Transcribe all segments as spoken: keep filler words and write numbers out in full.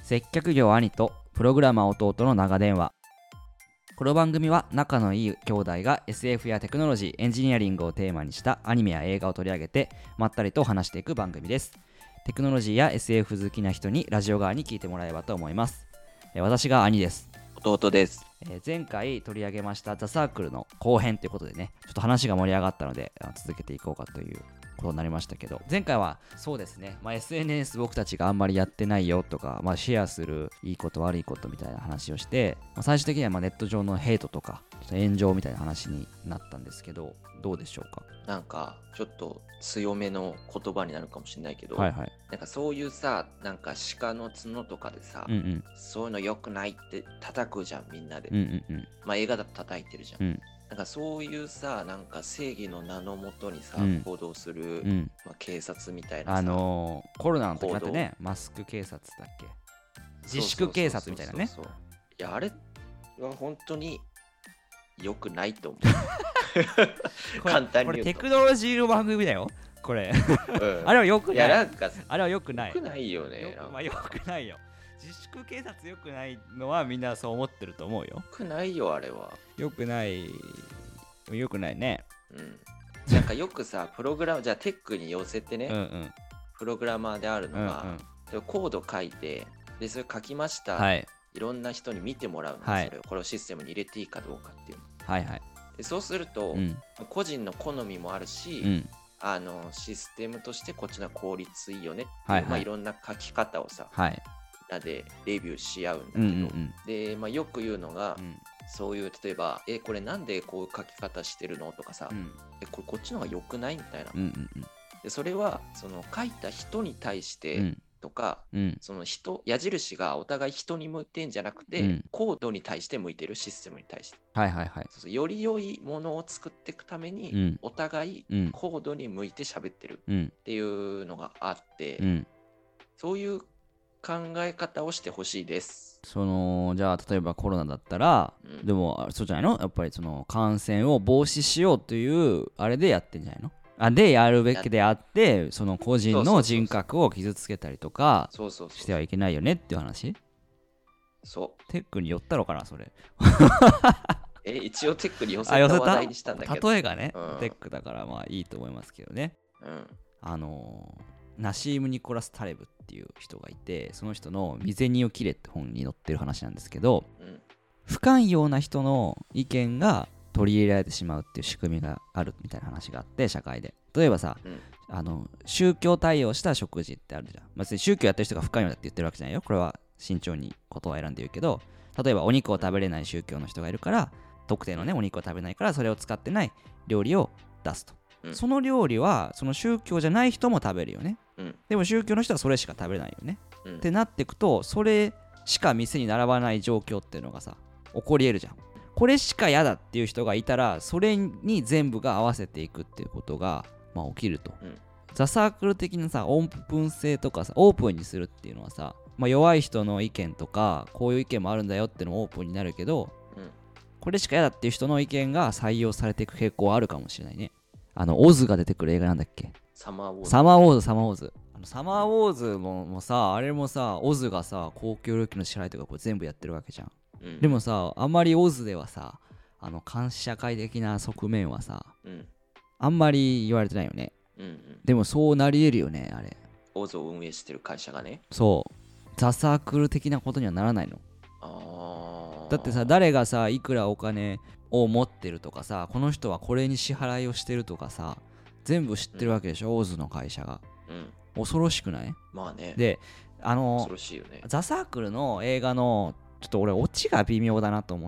接客業兄とプログラマー弟の長電話。この番組は仲のいい兄弟が エスエフ やテクノロジー、エンジニアリングをテーマにしたアニメや映画を取り上げてまったりと話していく番組です。テクノロジーや エスエフ 好きな人にラジオ側に聞いてもらえればと思います。え私が兄です。 弟です。 えー、前回取り上げましたザ・サークルの後編ということでね、ちょっと話が盛り上がったので続けていこうかということになりましたけど、前回はそうですね、まあ、エスエヌエス 僕たちがあんまりやってないよとか、まあ、シェアするいいこと悪いことみたいな話をして、まあ、最終的にはまあネット上のヘイトとか炎上みたいな話になったんですけど、どうでしょうか。 なんかちょっと強めの言葉になるかもしれないけど、 はいはい、 なんかそういうさ、なんか鹿の角とかでさ、 うんうん、 そういうの良くないって叩くじゃん、みんなで。 うんうんうん、 まあ映画だと叩いてるじゃん。 うん、 なんかそういうさ、なんか正義の名のもとにさ、 うん行動する、 うん、 まあ、警察みたいなさ、 あのー、コロナの時だってね、マスク警察だっけ、自粛警察みたいなね。 そうそうそうそう。いや、あれは本当に良くないと思う。簡単に言うと。 これテクノロジーの番組だよこれ、うん、あれは良くない。いや、なんかあれは良くない。 良くないよね。 よく、まあ、良くないよ。自粛警察良くないのはみんなそう思ってると思うよ。 良くないよ、あれは。 良くない。良くないね。 うん。なんかよくさ、プログラム、じゃあテックに寄せてね、 うんうん、 プログラマーであるのは、うんうん、コード書いて、で、それ書きました。はい。いろんな人に見てもらうの、はい、それをこれをシステムに入れていいかどうかっていうの。 はいはい。 でそうすると、うん、個人の好みもあるし、うん、あのシステムとしてこっちの効率いいよねっていう、はいはい、まあ、いろんな書き方をさ、はい、みんなでレビューし合うんだけど、うんうんうん、で、まあ、よく言うのが、うん、そういう例えばえこれなんでこういう書き方してるのとかさ、うん、えこれこっちの方が良くないみたいな、うんうんうん、でそれはその書いた人に対して、うんとか、うん、その人矢印がお互い人に向いてんじゃなくて、うん、コードに対して向いてる、システムに対して、はいはいはい、そうそう、より良いものを作っていくために、うん、お互いコードに向いて喋ってるっていうのがあって、うん、そういう考え方をしてほしいです。 そのじゃあ例えばコロナだったら、うん、でもそうじゃないの、やっぱりその感染を防止しようというあれでやってんじゃないの。あでやるべきであって、その個人の人格を傷つけたりとかしてはいけないよねっていう話。 そうテックに寄ったのかなそれ。 え一応テックに寄せた話題にしたんだけど、 例えがね、うん、テックだからまあいいと思いますけどね、うん、あのー、ナシーム・ニコラス・タレブっていう人がいて、その人の未然を切れって本に載ってる話なんですけど、うん、不寛容な人の意見が取り入れられてしまうっていう仕組みがあるみたいな話があって、社会で例えばさ、うん、あの宗教対応した食事ってあるじゃん。別に宗教やってる人が不寛容だって言ってるわけじゃないよ。これは慎重に言葉を選んで言うけど、例えばお肉を食べれない宗教の人がいるから、特定のねお肉を食べないからそれを使ってない料理を出すと、うん、その料理はその宗教じゃない人も食べるよね、うん、でも宗教の人はそれしか食べれないよね、うん、ってなっていくと、それしか店に並ばない状況っていうのがさ起こり得るじゃん。これしか嫌だっていう人がいたら、それに全部が合わせていくっていうことが、まあ、起きると、うん、ザ・サークル的なさオープン性とかさ、オープンにするっていうのはさ、まあ、弱い人の意見とかこういう意見もあるんだよっていうのもオープンになるけど、うん、これしか嫌だっていう人の意見が採用されていく傾向はあるかもしれないね。あのオズが出てくる映画なんだっけ、 サマーウォーズ。 サマーウォーズサマーウォーズあのサマーウォーズ も, もさあれもさ、オズがさ公共料金の支払いとかこれ全部やってるわけじゃん、うん、でもさあんまりオズではさあの監視社会的な側面はさ、うん、あんまり言われてないよね、うんうん、でもそうなり得るよね。あれオズを運営してる会社がね、 そうザ・サークル的なことにはならないの。あだってさ、誰がさいくらお金を持ってるとかさ、この人はこれに支払いをしてるとかさ、全部知ってるわけでしょ、うん、オズの会社が、うん、恐ろしくない？ まあね。 であの恐ろしいよね。 ザ・サークルの映画のちょっと俺オチが微妙だなと思って、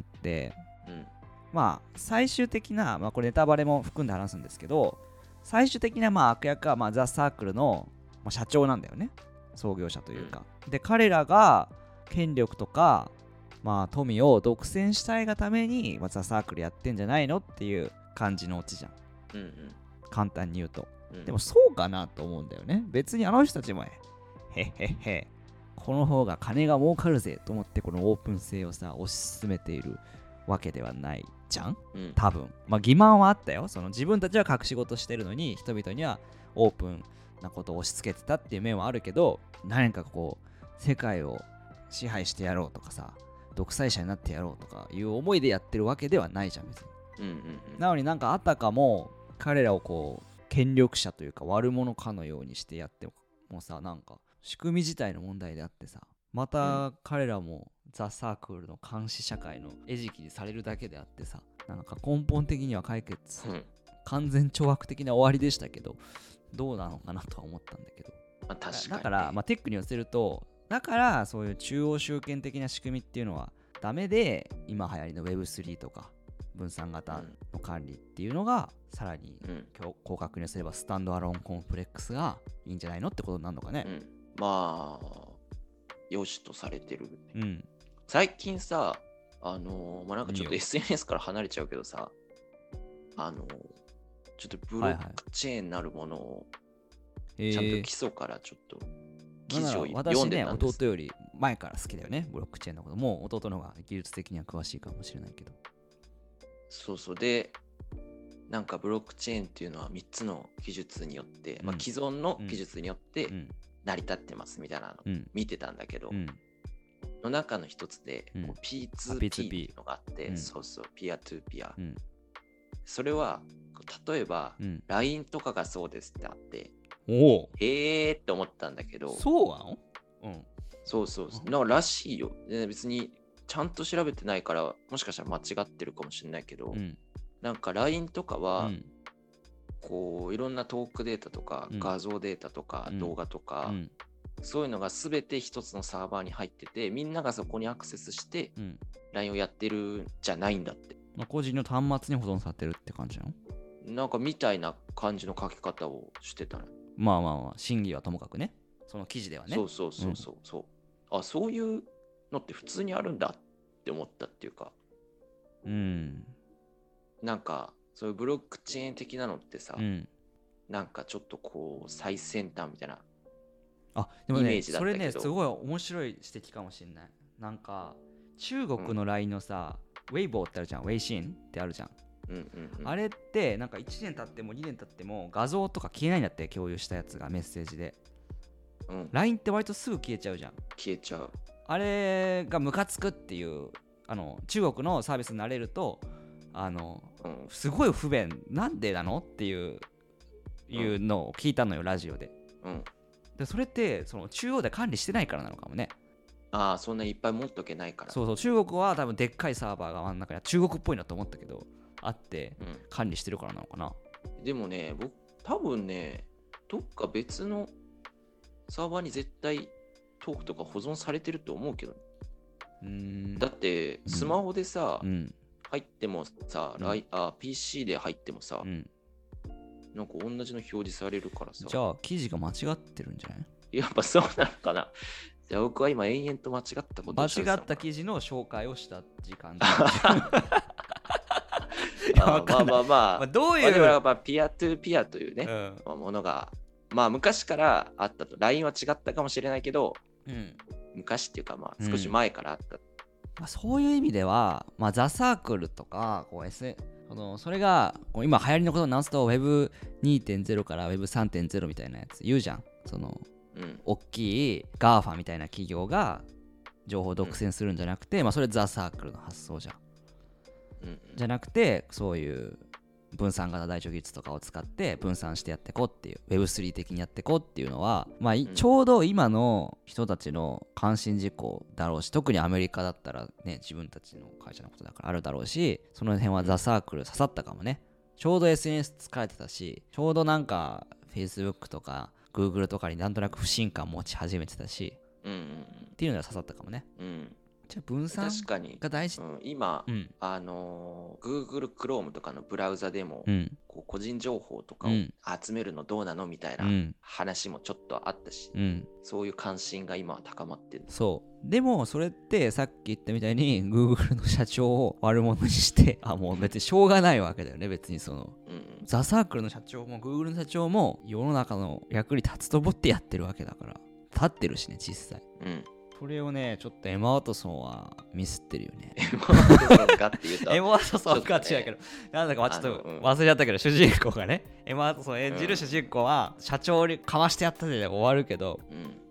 うん、まあ最終的な、まあこれネタバレも含んで話すんですけど、最終的なまあ悪役はまあザ・サークルの社長なんだよね、創業者というか、うん、で彼らが権力とか、まあ、富を独占したいがために、まあ、ザ・サークルやってんじゃないのっていう感じのオチじゃん、うんうん、簡単に言うと、うん、でもそうかなと思うんだよね。別にあの人たちもへへへへこの方が金が儲かるぜと思ってこのオープン性をさ推し進めているわけではないじゃん、うん、多分。まあ欺瞞はあったよ。その自分たちは隠し事してるのに人々にはオープンなことを押し付けてたっていう面はあるけど、何かこう世界を支配してやろうとかさ、独裁者になってやろうとかいう思いでやってるわけではないじゃん別に、うんうんうん、なのになんかあたかも彼らをこう権力者というか悪者かのようにしてやっても、もうさ、なんか仕組み自体の問題であってさ、また彼らもザ・サークルの監視社会の餌食にされるだけであってさ、なんか根本的には解決、うん、完全懲悪的な終わりでしたけど、どうなのかなとは思ったんだけど、 まあ、確かにだから、まあ、テックに寄せると、だからそういう中央集権的な仕組みっていうのはダメで、今流行りの ウェブスリー とか分散型の管理っていうのが、さらに広角にすればスタンドアローンコンプレックスがいいんじゃないのってことになるのかね、うん、 まあ良しとされてる、 うん、 最近さ、あのー、まあなんかちょっと エスエヌエス から離れちゃうけどさ、あのー、ちょっとブロックチェーンなるものをちゃんと基礎からちょっと記事を読んでたんです。 私ね、弟より前から好きだよね、ブロックチェーンのこと。もう弟の方が技術的には詳しいかもしれないけど。 そうそう。で、なんかブロックチェーンっていうのはみっつの技術によって、うん、まあ、既存の技術によって成り立ってますみたいなの見てたんだけど、うん、の中の一つで、うん、ピーツーピー っていうのがあって、うん、そうそう、ピアトゥーピア。うん、それは、例えば、うん、ライン とかがそうですってあって、 おへーって思ったんだけど、 そうなの？うん。 そうそうそう。なんからしいよ。別にちゃんと調べてないから、もしかしたら間違ってるかもしれないけど、うん、なんか ライン とかは、うん、こういろんなトークデータとか、うん、画像データとか、うん、動画とか、うん、そういうのが全て一つのサーバーに入ってて、みんながそこにアクセスして、うん、ライン をやってるんじゃないんだって。 まあ、個人の端末に保存されてるって感じなの？ なんかみたいな感じの書き方をしてたの。 まあまあまあ、真偽はともかくね、その記事ではね。 そうそうそうそうそう、うん、あ、そういうのって普通にあるんだって思ったっていうか、 うん、 なんかそういうブロックチェーン的なのってさ、うん、なんかちょっとこう最先端みたいなあでも、ね、イメージだったけど、それねすごい面白い指摘かもしれない。なんか中国の ライン のさ、うん、ウェイボーってあるじゃん、ウェイシンってあるじゃん。うんうんうん、あれってなんかいちねん経ってもにねん経っても画像とか消えないんだって、共有したやつがメッセージで、うん、ライン って割とすぐ消えちゃうじゃん。 消えちゃう。 あれがムカつくっていう、あの中国のサービスになれると、あの、うん、すごい不便なんでなのっていう、うん、いうのを聞いたのよラジオで、うん、でそれってその中央で管理してないからなのかもね。 ああ、そんないっぱい持っとけないから。 そうそう、中国は多分でっかいサーバーが真ん中に中国っぽいなと思ったけどあって管理してるからなのかな、 うん、でもね、僕多分ね、どっか別のサーバーに絶対トークとか保存されてると思うけど、ね、うーん、だってスマホでさ、うん、入ってもさ、うん、あ ピーシー で入ってもさ、うん、なんか同じの表示されるからさ。 じゃあ記事が間違ってるんじゃない？ やっぱそうなのかな。じゃあ僕は今延々と間違ったことをした。間違った記事の紹介をした時間だ。 あまあまあまあ、まあ、どういう、まあ、まあピアトゥーピアというね、うん、ものがまあ昔からあったと。 ライン は違ったかもしれないけど、うん、昔っていうかまあ少し前からあった、うん、 まあ、そういう意味では、まあ、ザ・サークルとかこう、S、このそれがこう今流行りのことを直すと ウェブにてんゼロ から ウェブさんてんゼロ みたいなやつ言うじゃん。その、うん、大きい ガーファ みたいな企業が情報を独占するんじゃなくて、うん、まあ、それザ・サークルの発想じゃん、うん、じゃなくてそういう分散型大腸技術とかを使って分散してやっていこうっていう ウェブスリー 的にやっていこうっていうのは、まあ、うん、ちょうど今の人たちの関心事項だろうし、特にアメリカだったらね自分たちの会社のことだからあるだろうし、その辺はザ・サークル刺さったかもね。ちょうど エスエヌエス 使えてたし、ちょうどなんか Facebook とか Google とかになんとなく不信感持ち始めてたし、うんうんうん、っていうのが刺さったかもね。うん、じゃあ分散が大事。 確かに、うん、今、うん、あのー、Google Chrome とかのブラウザでも、うん、こう個人情報とかを集めるのどうなのみたいな話もちょっとあったし、うん、そういう関心が今は高まってる。 そうでもそれってさっき言ったみたいに Google の社長を悪者にしてあもう別にしょうがないわけだよね。別にその、うん、ザ・サークルの社長も Google の社長も世の中の役に立つと思ってやってるわけだから、立ってるしね実際、うん、それをねちょっとエマ・ワトソンはミスってるよね。 エマ・ワトソンがっていうとエマ・ワトソンが違うけど、なんだかちょっと忘れちゃったけど、主人公がねエマ・ワトソン演じる主人公は社長にかましてやったで終わるけど、うん、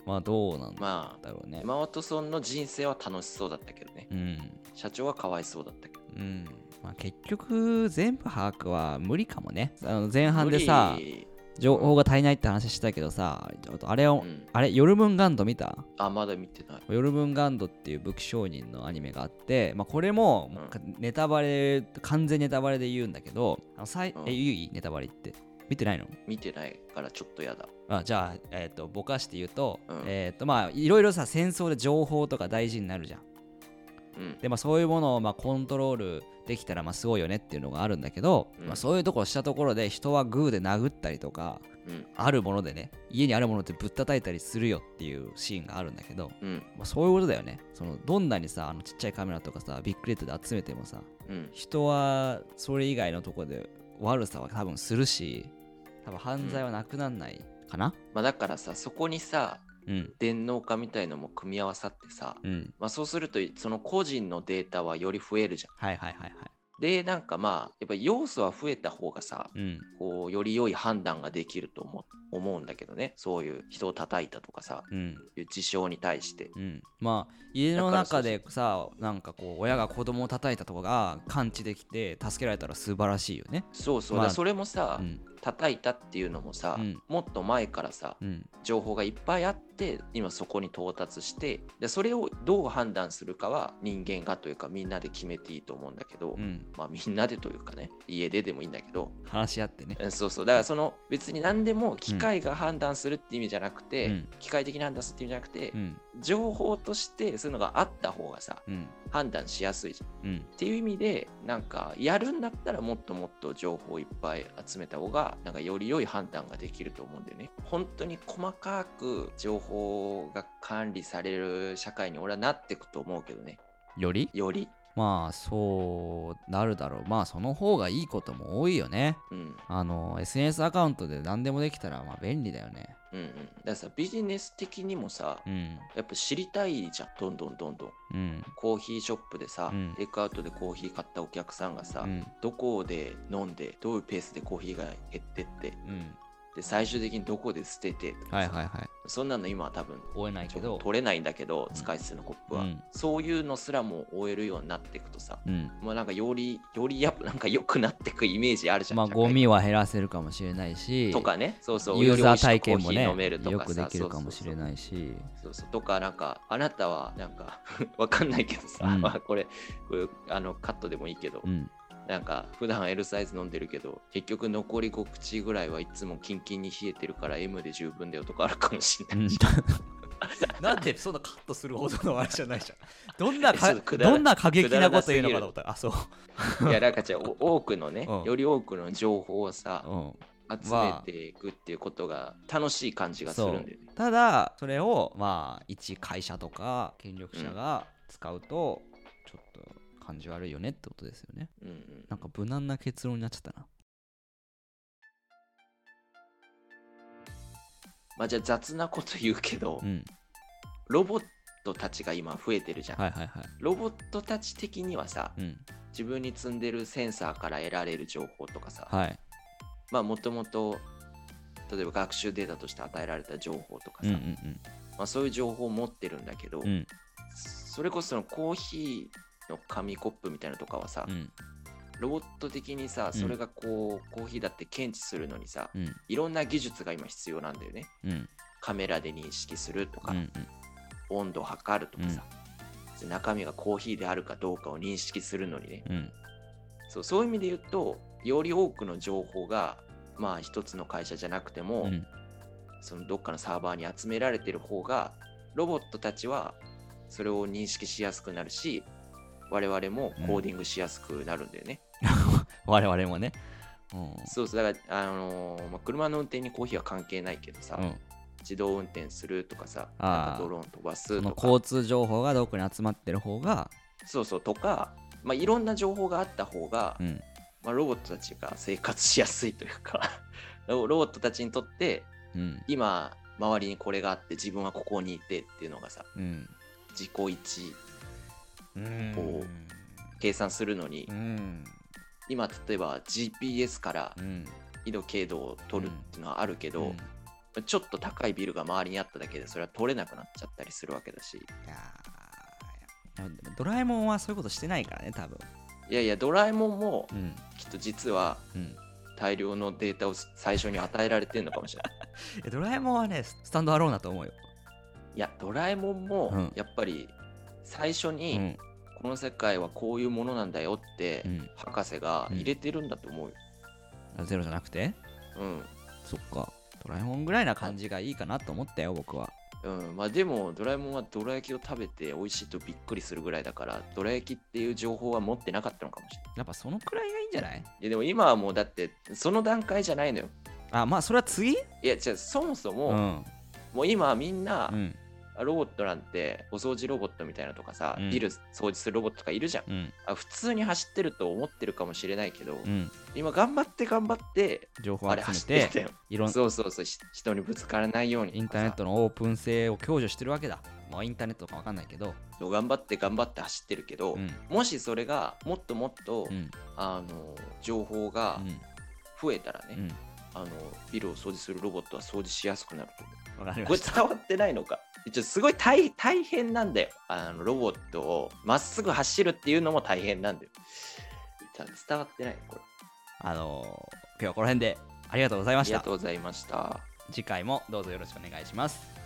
まあどうなんだろうね。 まあ、山本村の人生は楽しそうだったけどね。うん。社長はかわいそうだったけど。 うん。まあ結局、全部把握は無理かもね。あの前半でさ、情報が足りないって話したけどさ、あれを、うん、あれ、ヨルムンガンド見た？ あ、まだ見てない。 ヨルムンガンドっていう武器商人のアニメがあって、まあ、これも、ネタバレ、完全ネタバレで言うんだけど、あのさい、うん、え、いいネタバレって。見てないの？ 見てないからちょっとやだ。 あ、じゃあ、えっと、ぼかして言うと、うん、えっと、まあ、いろいろさ、戦争で情報とか大事になるじゃん。うん、でまあ、そういうものをまあコントロールできたらまあすごいよねっていうのがあるんだけど、うんまあ、そういうところしたところで人はグーで殴ったりとか、うん、あるものでね家にあるものってぶったたいたりするよっていうシーンがあるんだけど、うんまあ、そういうことだよね。そのどんなにさあのちっちゃいカメラとかさビッグレッドで集めてもさ、うん、人はそれ以外のところで悪さは多分するし多分犯罪はなくなんないかな、うんまあ、だからさそこにさうん、電脳化みたいのも組み合わさってさ、うんまあ、そうするとその個人のデータはより増えるじゃん。 はいはいはいはい。 でなんかまあやっぱり要素は増えた方がさ、うん、こうより良い判断ができると思思うんだけどね。そういう人を叩いたとかさ、うん、いう事象に対して、 うん、まあ家の中でさなんかこう親が子供を叩いたとかが感知できて助けられたら素晴らしいよね。 そうそう、まあ、だそれもさ、うん叩いたっていうのもさ、うん、もっと前からさ、うん、情報がいっぱいあって今そこに到達してでそれをどう判断するかは人間がというかみんなで決めていいと思うんだけど、うん、まあみんなでというかね家ででもいいんだけど話し合ってね。 そうそうだからその別に何でも機械が判断するって意味じゃなくて、うん、機械的に判断するって意味じゃなくて、うん、情報としてそういうのがあった方がさ、うん、判断しやすいじゃん、うん、っていう意味でなんかやるんだったらもっともっと情報をいっぱい集めた方がなんかより良い判断ができると思うんだよね。本当に細かく情報が管理される社会に俺はなっていくと思うけどね。 よりよりまあそうなるだろう。まあその方がいいことも多いよね。うん、あの エスエヌエス アカウントで何でもできたらまあ便利だよね。 うんうん、だからさビジネス的にもさ、うん、やっぱ知りたいじゃんどんどんどんどん、うん、コーヒーショップでさ、うん、テイクアウトでコーヒー買ったお客さんがさ、うん、どこで飲んでどういうペースでコーヒーが減ってって、うん、で最終的にどこで捨ててはいはいはいそんなの今は多分追えないけど取れないんだけど、うん、使い捨てのコップは、うん、そういうのすらも追えるようになっていくとさ、うん、もうなんかよりよりやっぱなんか良くなっていくイメージあるじゃん。 まあゴミは減らせるかもしれないしとかねそうそうユーザー体験もねよくできるかもしれないしそうそうとかなんかあなたはなんかわかんないけどさ、うん、これこれあのカットでもいいけど、うんなんか普段 L サイズ飲んでるけど結局残りご口ぐらいはいつもキンキンに冷えてるから エム で十分だよとかあるかもしれないし、 うん、なんでそんなカットするほどのあれじゃないじゃん。どんなかどんな過激なこと言うのかと思ったらあそういやなんかじゃあ多くのね、うん、より多くの情報をさ、うん集めていくっていうことが楽しい感じがするんだよね。 ただそれをまあ一会社とか権力者が使うとちょっと感じ悪いよねってことですよね、うんうん、なんか無難な結論になっちゃったな。 まあじゃあ雑なこと言うけど、うん、ロボットたちが今増えてるじゃん、はいはいはい、ロボットたち的にはさ、うん、自分に積んでるセンサーから得られる情報とかさ、はい、まあもともと例えば学習データとして与えられた情報とかさ、うんうんうんまあ、そういう情報を持ってるんだけど、うん、それこそのコーヒーの紙コップみたいなのとかはさ、うん、ロボット的にさそれがこう、うん、コーヒーだって検知するのにさ、うん、いろんな技術が今必要なんだよね、うん、カメラで認識するとか、うんうん、温度を測るとかさ、うん、中身がコーヒーであるかどうかを認識するのにね、うん、そう、そういう意味で言うとより多くの情報がまあ一つの会社じゃなくても、うん、そのどっかのサーバーに集められてる方がロボットたちはそれを認識しやすくなるし我々もコーディングしやすくなるんだよね、 うん、我々もね、 うん、そうそうだから、あのーまあ、車の運転にコーヒーは関係ないけどさ、うん、自動運転するとかさなんかドローン飛ばすとかその交通情報がどこに集まってる方がそうそうとか、まあ、いろんな情報があった方が、うんまあ、ロボットたちが生活しやすいというかロボットたちにとって、うん、今周りにこれがあって自分はここにいてっていうのがさ、うん、自己位置を計算するのに、うん、今例えば ジーピーエス から緯度経度を取るっていうのはあるけど、うん、 ちょっと高いビルが周りにあっただけでそれは取れなくなっちゃったりするわけだし。いやドラえもんはそういうことしてないからね多分。 いやいやドラえもんもきっと実は大量のデータを最初に与えられてるのかもしれないドラえもんはねスタンドアローンだと思うよ。 いやドラえもんもやっぱり最初にこの世界はこういうものなんだよって博士が入れてるんだと思うよ、 うん、ゼロじゃなくて。 うんそっかドラえもんぐらいな感じがいいかなと思ったよ僕は。 うんまあでもドラえもんはドラ焼きを食べて美味しいとびっくりするぐらいだからドラ焼きっていう情報は持ってなかったのかもしれない。 やっぱそのくらいがいいんじゃない？ いやでも今はもうだってその段階じゃないのよ。 あまあそれは次？いやじゃあそもそも、うん、もう今みんな、うん、ロボットなんてお掃除ロボットみたいなとかさ、うん、ビル掃除するロボットとかいるじゃん、うん、あ普通に走ってると思ってるかもしれないけど、うん、今頑張って頑張って情報を集めていろんそうそうそう人にぶつからないようにインターネットのオープン性を享受してるわけだ。まあインターネットか分かんないけど頑張って頑張って走ってるけど、うん、もしそれがもっともっと、うん、あの情報が増えたらね、うん、あのビルを掃除するロボットは掃除しやすくなると思う。これ伝わってないのか。一応すごい 大, 大変なんだよ。あのロボットをまっすぐ走るっていうのも大変なんだよ。伝わってないこれ。 あのー、今日はこの辺でありがとうございました。 ありがとうございました。 次回もどうぞよろしくお願いします。